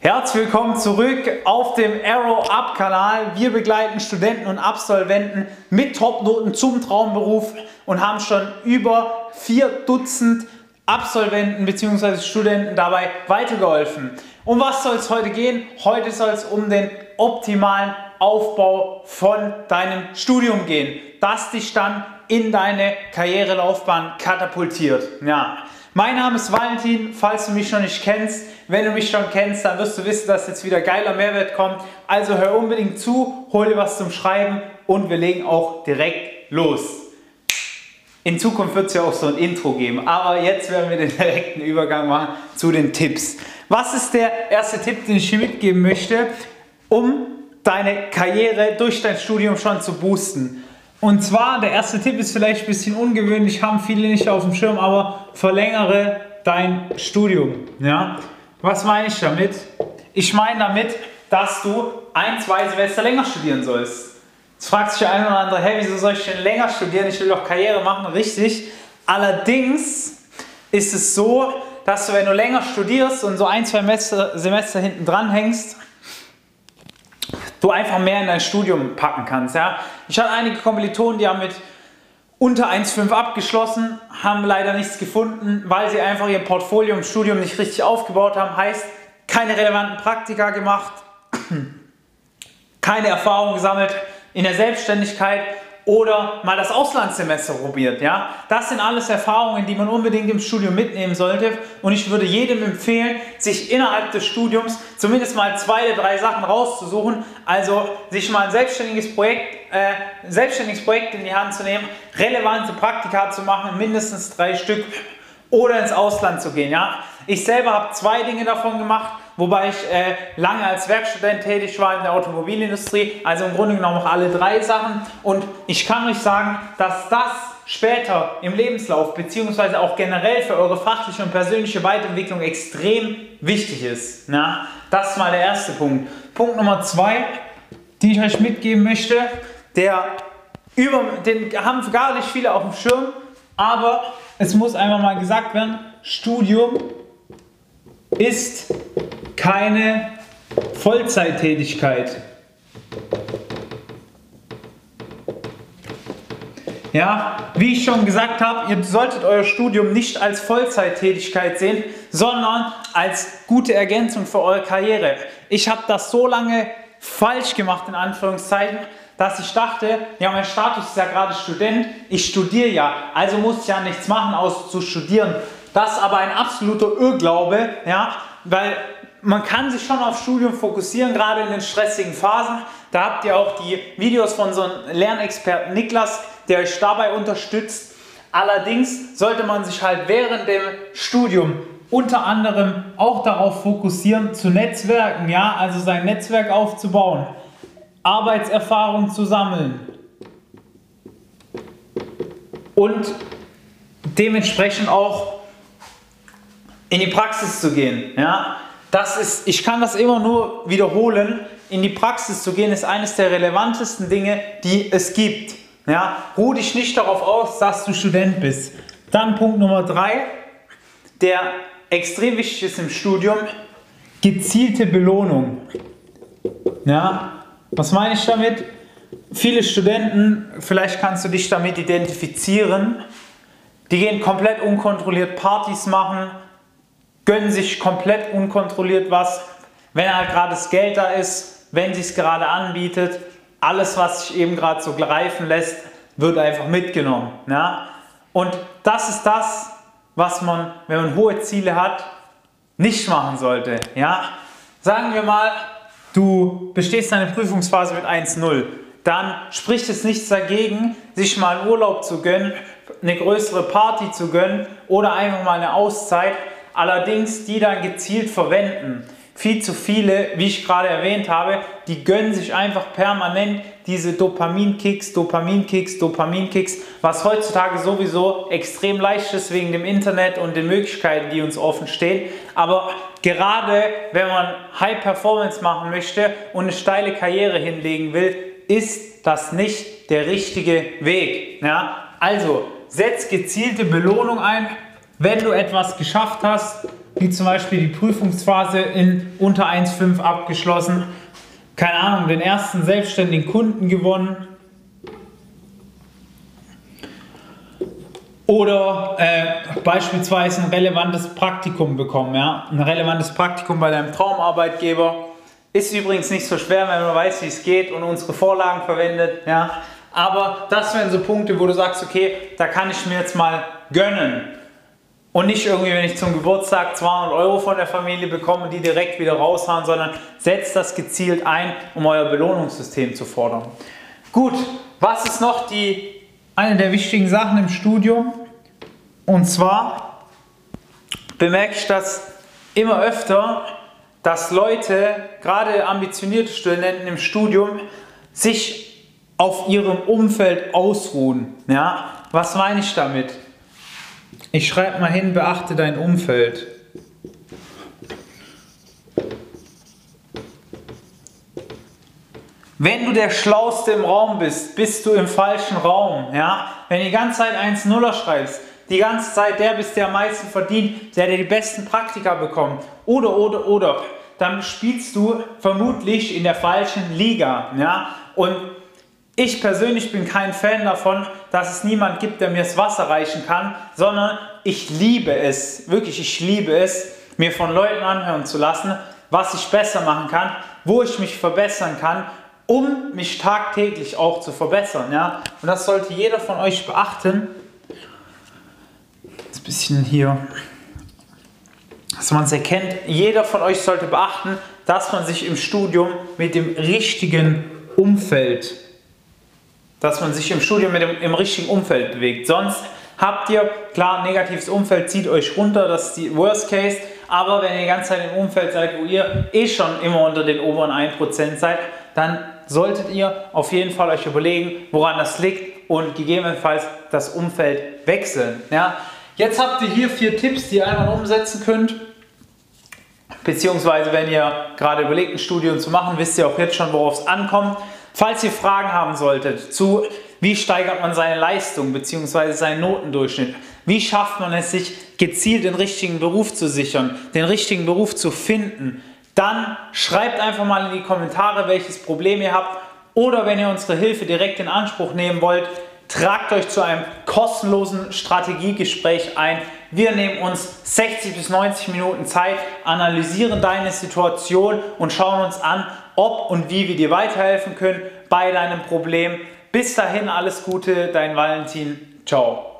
Herzlich willkommen zurück auf dem Arrow Up Kanal. Wir begleiten Studenten und Absolventen mit Topnoten zum Traumberuf und haben schon über 4 Dutzend Absolventen bzw. Studenten dabei weitergeholfen. Um was soll es heute gehen? Heute soll es um den optimalen Aufbau von deinem Studium gehen, das dich dann in deine Karrierelaufbahn katapultiert. Ja. Mein Name ist Valentin, falls du mich noch nicht kennst. Wenn du mich schon kennst, dann wirst du wissen, dass jetzt wieder geiler Mehrwert kommt. Also hör unbedingt zu, hol dir was zum Schreiben und wir legen auch direkt los. In Zukunft wird es ja auch so ein Intro geben, aber jetzt werden wir den direkten Übergang machen zu den Tipps. Was ist der erste Tipp, den ich hier mitgeben möchte, um deine Karriere durch dein Studium schon zu boosten? Und zwar, der erste Tipp ist vielleicht ein bisschen ungewöhnlich, haben viele nicht auf dem Schirm, aber verlängere dein Studium. Ja? Was meine ich damit? Ich meine damit, dass du 1-2 Semester länger studieren sollst. Jetzt fragt sich der eine oder andere, hey, wieso soll ich denn länger studieren? Ich will doch Karriere machen. Richtig. Allerdings ist es so, dass du, wenn du länger studierst und so 1-2 Semester hinten dran hängst, du einfach mehr in dein Studium packen kannst. Ja? Ich hatte einige Kommilitonen, die haben mit unter 1,5 abgeschlossen, haben leider nichts gefunden, weil sie einfach ihr Portfolio im Studium nicht richtig aufgebaut haben. Heißt, keine relevanten Praktika gemacht, keine Erfahrung gesammelt in der Selbstständigkeit oder mal das Auslandssemester probiert. Ja? Das sind alles Erfahrungen, die man unbedingt im Studium mitnehmen sollte. Und ich würde jedem empfehlen, sich innerhalb des Studiums zumindest mal 2 oder 3 Sachen rauszusuchen. Also sich mal ein selbstständiges Projekt in die Hand zu nehmen, relevante Praktika zu machen, mindestens 3 Stück, oder ins Ausland zu gehen. Ja? Ich selber habe 2 Dinge davon gemacht, wobei ich lange als Werkstudent tätig war in der Automobilindustrie, also im Grunde genommen auch alle 3 Sachen. Und ich kann euch sagen, dass das später im Lebenslauf beziehungsweise auch generell für eure fachliche und persönliche Weiterentwicklung extrem wichtig ist. Ja? Das ist mal der erste Punkt. Punkt Nummer 2, den ich euch mitgeben möchte, den haben gar nicht viele auf dem Schirm, aber es muss einfach mal gesagt werden, Studium ist keine Vollzeittätigkeit. Ja, wie ich schon gesagt habe, ihr solltet euer Studium nicht als Vollzeittätigkeit sehen, sondern als gute Ergänzung für eure Karriere. Ich habe das so lange falsch gemacht, in Anführungszeichen, dass ich dachte, ja, mein Status ist ja gerade Student, ich studiere ja, also muss ich ja nichts machen, außer zu studieren. Das ist aber ein absoluter Irrglaube, ja, weil man kann sich schon auf Studium fokussieren, gerade in den stressigen Phasen. Da habt ihr auch die Videos von so einem Lernexperten Niklas, der euch dabei unterstützt. Allerdings sollte man sich halt während dem Studium unter anderem auch darauf fokussieren, zu netzwerken, ja, also sein Netzwerk aufzubauen, Arbeitserfahrung zu sammeln und dementsprechend auch in die Praxis zu gehen. Ja? Ich kann das immer nur wiederholen, in die Praxis zu gehen ist eines der relevantesten Dinge, die es gibt. Ja? Ruh dich nicht darauf aus, dass du Student bist. Dann Punkt Nummer 3, der extrem wichtig ist im Studium, gezielte Belohnung. Ja? Was meine ich damit? Viele Studenten, vielleicht kannst du dich damit identifizieren, die gehen komplett unkontrolliert Partys machen, gönnen sich komplett unkontrolliert was, wenn halt gerade das Geld da ist, wenn sich es gerade anbietet, alles, was sich eben gerade so greifen lässt, wird einfach mitgenommen. Ja? Und das ist das, was man, wenn man hohe Ziele hat, nicht machen sollte. Ja? Sagen wir mal, du bestehst deine Prüfungsphase mit 1,0, dann spricht es nichts dagegen, sich mal einen Urlaub zu gönnen, eine größere Party zu gönnen oder einfach mal eine Auszeit, allerdings die dann gezielt verwenden. Viel zu viele, wie ich gerade erwähnt habe, die gönnen sich einfach permanent diese Dopaminkicks, was heutzutage sowieso extrem leicht ist wegen dem Internet und den Möglichkeiten, die uns offen stehen. Aber gerade wenn man High Performance machen möchte und eine steile Karriere hinlegen will, ist das nicht der richtige Weg. Ja? Also setz gezielte Belohnung ein, wenn du etwas geschafft hast wie zum Beispiel die Prüfungsphase in unter 1,5 abgeschlossen, keine Ahnung, den ersten selbstständigen Kunden gewonnen oder beispielsweise ein relevantes Praktikum bekommen, ja? Ein relevantes Praktikum bei deinem Traumarbeitgeber. Ist übrigens nicht so schwer, wenn man weiß, wie es geht und unsere Vorlagen verwendet, ja? Aber das wären so Punkte, wo du sagst, okay, da kann ich mir jetzt mal gönnen. Und nicht irgendwie, wenn ich zum Geburtstag 200 Euro von der Familie bekomme, die direkt wieder raushauen, sondern setzt das gezielt ein, um euer Belohnungssystem zu fordern. Gut, was ist noch eine der wichtigen Sachen im Studium? Und zwar bemerke ich das immer öfter, dass Leute, gerade ambitionierte Studenten im Studium, sich auf ihrem Umfeld ausruhen. Ja? Was meine ich damit? Ich schreibe mal hin, beachte dein Umfeld. Wenn du der Schlauste im Raum bist, bist du im falschen Raum. Ja? Wenn du die ganze Zeit 1,0er schreibst, die ganze Zeit der bist, der am meisten verdient, der die besten Praktika bekommt, oder, dann spielst du vermutlich in der falschen Liga. Ja? Und ich persönlich bin kein Fan davon, dass es niemand gibt, der mir das Wasser reichen kann, sondern ich liebe es, wirklich, ich liebe es, mir von Leuten anhören zu lassen, was ich besser machen kann, wo ich mich verbessern kann, um mich tagtäglich auch zu verbessern. Ja? Und das sollte jeder von euch beachten. Jetzt ein bisschen hier, dass man es erkennt. Jeder von euch sollte beachten, dass man sich im Studium mit dem richtigen Umfeld im richtigen Umfeld bewegt. Sonst habt ihr, klar, ein negatives Umfeld zieht euch runter, das ist die Worst Case, aber wenn ihr die ganze Zeit im Umfeld seid, wo ihr schon immer unter den oberen 1% seid, dann solltet ihr auf jeden Fall euch überlegen, woran das liegt und gegebenenfalls das Umfeld wechseln. Ja? Jetzt habt ihr hier 4 Tipps, die ihr einmal umsetzen könnt. Beziehungsweise, wenn ihr gerade überlegt, ein Studium zu machen, wisst ihr auch jetzt schon, worauf es ankommt. Falls ihr Fragen haben solltet zu, wie steigert man seine Leistung bzw. seinen Notendurchschnitt, wie schafft man es, sich gezielt den richtigen Beruf zu sichern, den richtigen Beruf zu finden, dann schreibt einfach mal in die Kommentare, welches Problem ihr habt, oder wenn ihr unsere Hilfe direkt in Anspruch nehmen wollt, tragt euch zu einem kostenlosen Strategiegespräch ein. Wir nehmen uns 60 bis 90 Minuten Zeit, analysieren deine Situation und schauen uns an, ob und wie wir dir weiterhelfen können bei deinem Problem. Bis dahin alles Gute, dein Valentin. Ciao.